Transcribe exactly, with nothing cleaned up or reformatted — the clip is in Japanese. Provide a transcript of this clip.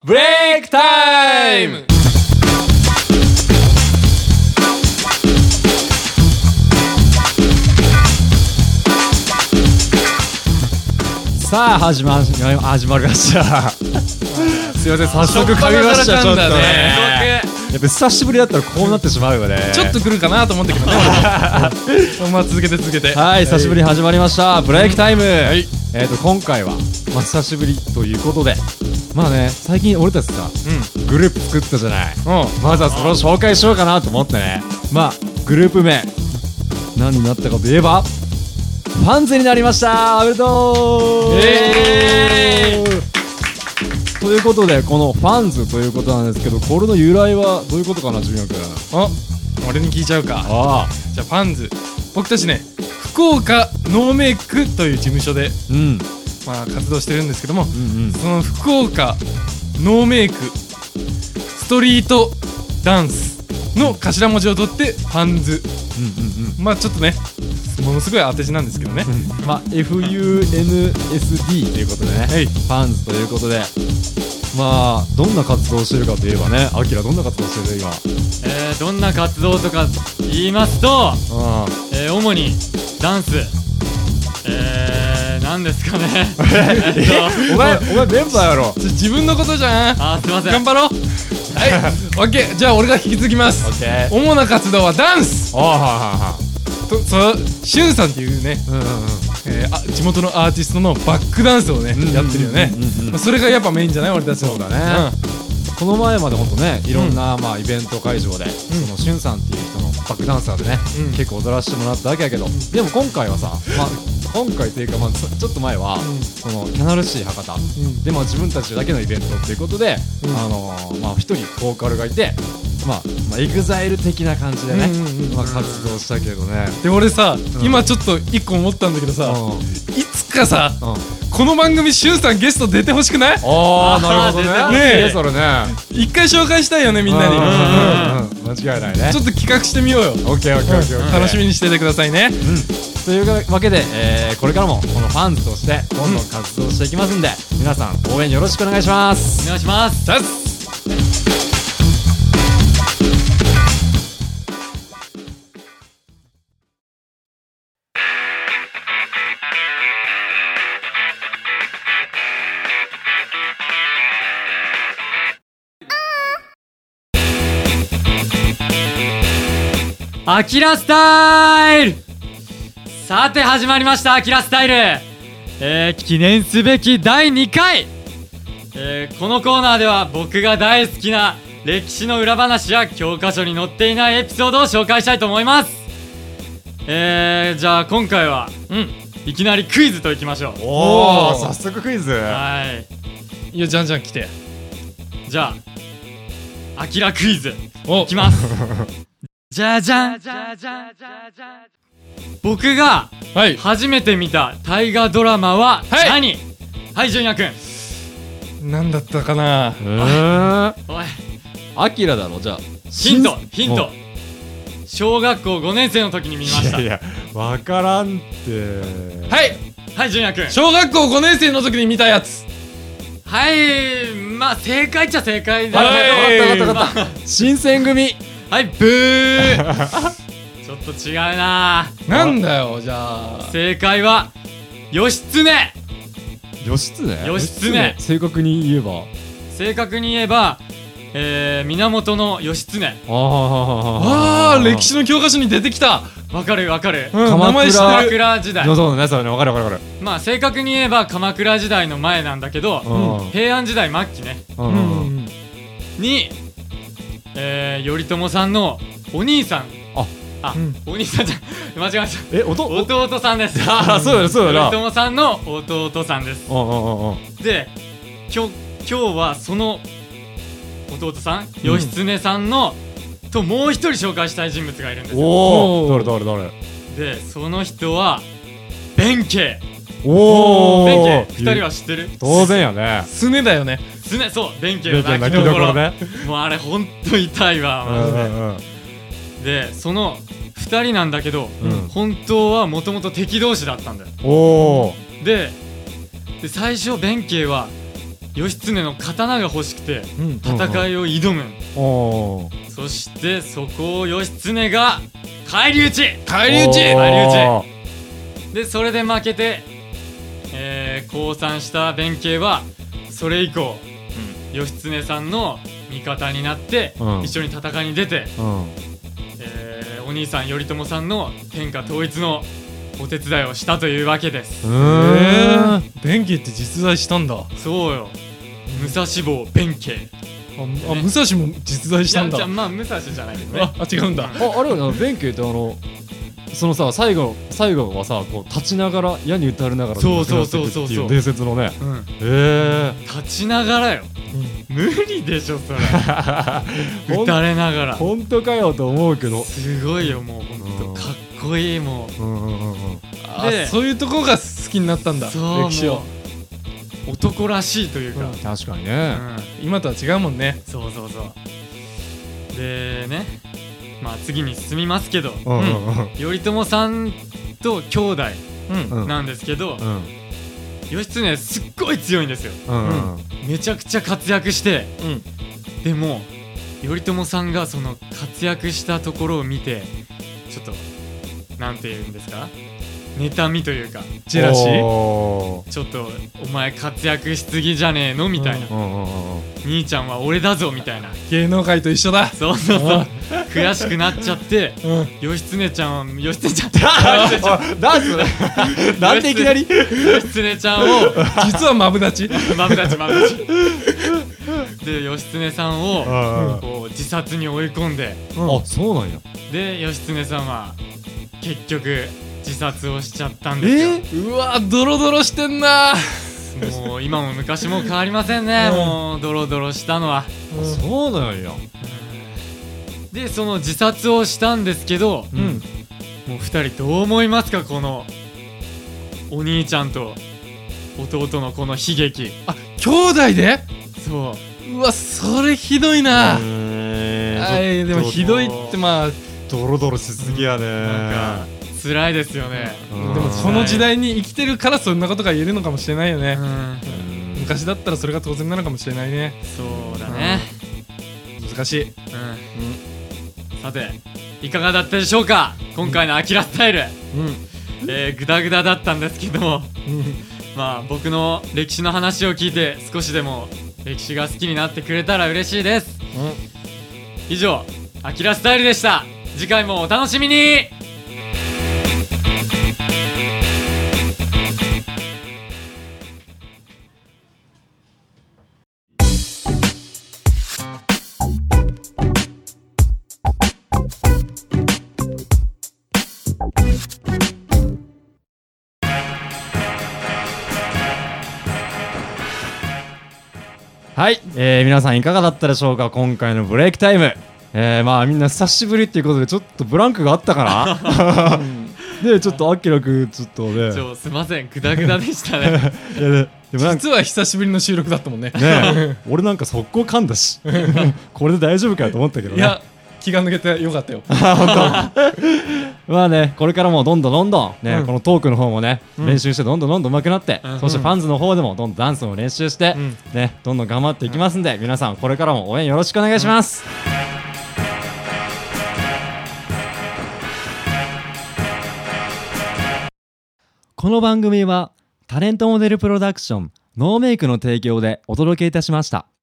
ブレイクタイム。さあ始ま始まりましたすいません、早速噛みました。ちょっとね、やっぱ久しぶりだったらこうなってしまうよね。 ちょっと来るかなと思ったけどねまあ続けて続けて、 はい、久しぶりに始まりましたブレイクタイム、はい、えーと今回は、まあ、久しぶりということで、まあね、最近俺たちさ、うん、グループ作ったじゃない、うん、まずはそれを紹介しようかなと思ってね。まあグループ名何になったかといえばファンズになりました。おめでとう、えー、ということで、このファンズということなんですけど、これの由来はどういうことかな、ジュニア君。 あ、俺に聞いちゃうか。 ああ、 じゃあファンズ、僕たちね、福岡ノーメイクという事務所で、うん、まあ、活動してるんですけども、うんうん、その福岡ノーメイクストリートダンスの頭文字を取ってファンズ、うんうんうん、まあちょっとね、ものすごい当て字なんですけどねまあ エフユーエヌエスディー ということでね、はい、ファンズということで、まあどんな活動をしてるかといえばね、アキラどんな活動してる今？ えー、どんな活動とか言いますと、えー、主にダンス、えー、なんですかねお前、お前メンバーやろ。 自分のことじゃん。 あー、すいません、 頑張ろうはい、オッケー。じゃあ俺が引き継ぎます。 オッケー。 主な活動はダンス。 あー、はいはいはい。 と、そう、しゅんさんっていうね、うんうんうん、えー、あ、地元のアーティストのバックダンスをね、うんうんうんうん、やってるよね、まあ、それがやっぱメインじゃない、俺たちの。 そうだね、うん、この前までほんとね、いろんな、うん、まあイベント会場で、うん、そのしゅんさんっていう人のバックダンサーでね、うん、結構踊らせてもらったわけやけど、うん、でも今回はさ、まあ今回というか、まあ、ちょっと前は、うん、そのキャナルシー博多、うん、でも自分たちだけのイベントっていうことで、うん、あのー、まあ一人ボーカルがいて、まあ、まあ、エグザイル的な感じでね、まあ活動したけどね。 で俺さ、うん、今ちょっと一個思ったんだけどさ、うん、いつかさ、うん、この番組しゅんさんゲスト出てほしくない？ ああ、なるほどね。ねえ、それね、一回紹介したいよね、みんなに。 間違いないね。 ちょっと企画してみようよ。 オッケーオッケーオッケー。 楽しみにしててくださいね。うん、 というわけで、えー、これからもこのファンズとしてどんどん活動していきますんで、うん、皆さん応援よろしくお願いします。 お願いします。アキラスタイル。さて始まりました、アキラスタイル、えー、記念すべきだいにかい、えー、このコーナーでは僕が大好きな歴史の裏話や教科書に載っていないエピソードを紹介したいと思います。えー、じゃあ今回は、うん、いきなりクイズといきましょう。 おー、早速クイズ。 はい、 いや、じゃんじゃん来て。 じゃあアキラクイズいきますじゃじゃん、僕が初めて見た大河ドラマは何？はい、はい、ジュニア君。 何だったかな。 えー、おい、アキラだろ。じゃあヒント、ヒント。小学校ごねん生の時に見ました。 いやいや、わからんって。 はい、 はい、ジュニア君。 小学校ごねん生の時に見たやつ。 はい、まあ正解っちゃ正解だね。分かった分かった分かった。新選組。 はい、ブーちょっと違うな。 なんだよ、じゃあ正解は義経。 義経？ 義経。 正確に言えば正確に言えば、えー、源義経。あああ、歴史の教科書に出てきた。 わかるわかる、 うん、名前知ってる。 鎌倉時代。 そうだね、そうだね、わかるわかるわかる。 まあ正確に言えば鎌倉時代の前なんだけど、うん、平安時代末期ね、うん、にえー、頼朝さんのお兄さん、ああ、うん、お兄さんじゃ間違えました。 え、おと弟さんです。 ああ、そうだね、そうだな。 頼朝さんの弟さんです。で、今日今日はその弟さん、うん、義経さんのともう一人紹介したい人物がいるんですよ。 おお、誰誰誰。 で、その人は弁慶。 おお、 弁慶、二人は知ってる？ 当然やね。 すねだよね。 すね、そう、弁慶の泣きどころね。もうあれほんと痛いわ、マジで、うんうん、で、その二人なんだけど、うん、本当はもともと敵同士だったんだよ。 おで、で最初弁慶は義経の刀が欲しくて戦いを挑む、 おーそしてそこを義経が返り討ち返り討ち返り討ちで、それで負けて、えー、降参した弁慶はそれ以降、うん、義経さんの味方になって、うん、一緒に戦いに出て、うんえー、お兄さん頼朝さんの天下統一のお手伝いをしたというわけです。 へえ、弁慶って実在したんだ。 そうよ、武蔵坊弁慶。 あ、ね、あ、武蔵も実在したんだ。 いや、じゃあまあ武蔵じゃないけどね。 あ、違うんだ。 あ、あれは弁慶ってあのそのさ、最後最後はさ、こう立ちながら矢に打たれながらそうそうそうそうそう伝説のね、 うん、 へえ立ちながらよ、うん、無理でしょそれ打たれながら本当かよと思うけど、 すごいよ、もう本当かっこいい。もう、うんうんうんうん、 でそういうところが好きになったんだ、歴史を。 男らしいというか、うん、 確かにね、 うん、今とは違うもんね。 そうそうそう。でね、まあ次に進みますけど、 うんうんうん、 頼朝さんと兄弟なんですけど、うんうん、義経すっごい強いんですよ、うんうん、めちゃくちゃ活躍して、うん、でも頼朝さんがその活躍したところを見てちょっとなんて言うんですか、妬みというかジェラシー、 ちょっとお前活躍しすぎじゃねえのみたいな、うんうんうん、兄ちゃんは俺だぞみたいな、 芸能界と一緒だ。 そうそうそう悔しくなっちゃって、うん、義経ちゃんは義経ちゃんダンスなんでいきなり義経ちゃんを実はマブダチマブダチマブダチで義経さんをこう自殺に追い込んで、 うん、あ、そうなんや。 で義経さんは結局自殺をしちゃったんですよ。 えー、うわドロドロしてんな。 もう今も昔も変わりませんね、うん、もうドロドロしたのは、 うん、そうなんや。 でその自殺をしたんですけど、うん、もうふたりどう思いますか、このお兄ちゃんと弟のこの悲劇。 あ、兄弟で？ そう。 うわ、それひどいな。あ、でもひどいってまあドロドロしすぎやね。 なんか辛いですよね。 でもこの時代に生きてるからそんなことが言えるのかもしれないよね。昔だったらそれが当然なのかもしれないね。 そうだね。 難しい。うん。 うん、さていかがだったでしょうか、今回のアキラスタイル。うん、えー、グダグダだったんですけども、まあ僕の歴史の話を聞いて少しでも歴史が好きになってくれたら嬉しいです。うん、以上アキラスタイルでした。次回もお楽しみに。 はい、えー、皆さんいかがだったでしょうか、今回のブレイクタイム。えー、まあみんな久しぶりっていうことでちょっとブランクがあったかなでちょっとアキラくちょっとね、 ちょすいません、グダグダでしたねいやででも実は久しぶりの収録だったもんね。 ね俺なんか速攻噛んだしこれで大丈夫かよと思ったけどね。 いや気が抜けてよかったよ本当まあね、これからもどんどんどんどんね、うん、このトークの方もね、うん、練習してどんどんどんどん上手くなって、うん、そしてファンズの方でもどんどんダンスも練習して、うん、ね、どんどん頑張っていきますんで、うん、皆さんこれからも応援よろしくお願いします、うん。この番組はタレントモデルプロダクションノーメイクの提供でお届けいたしました。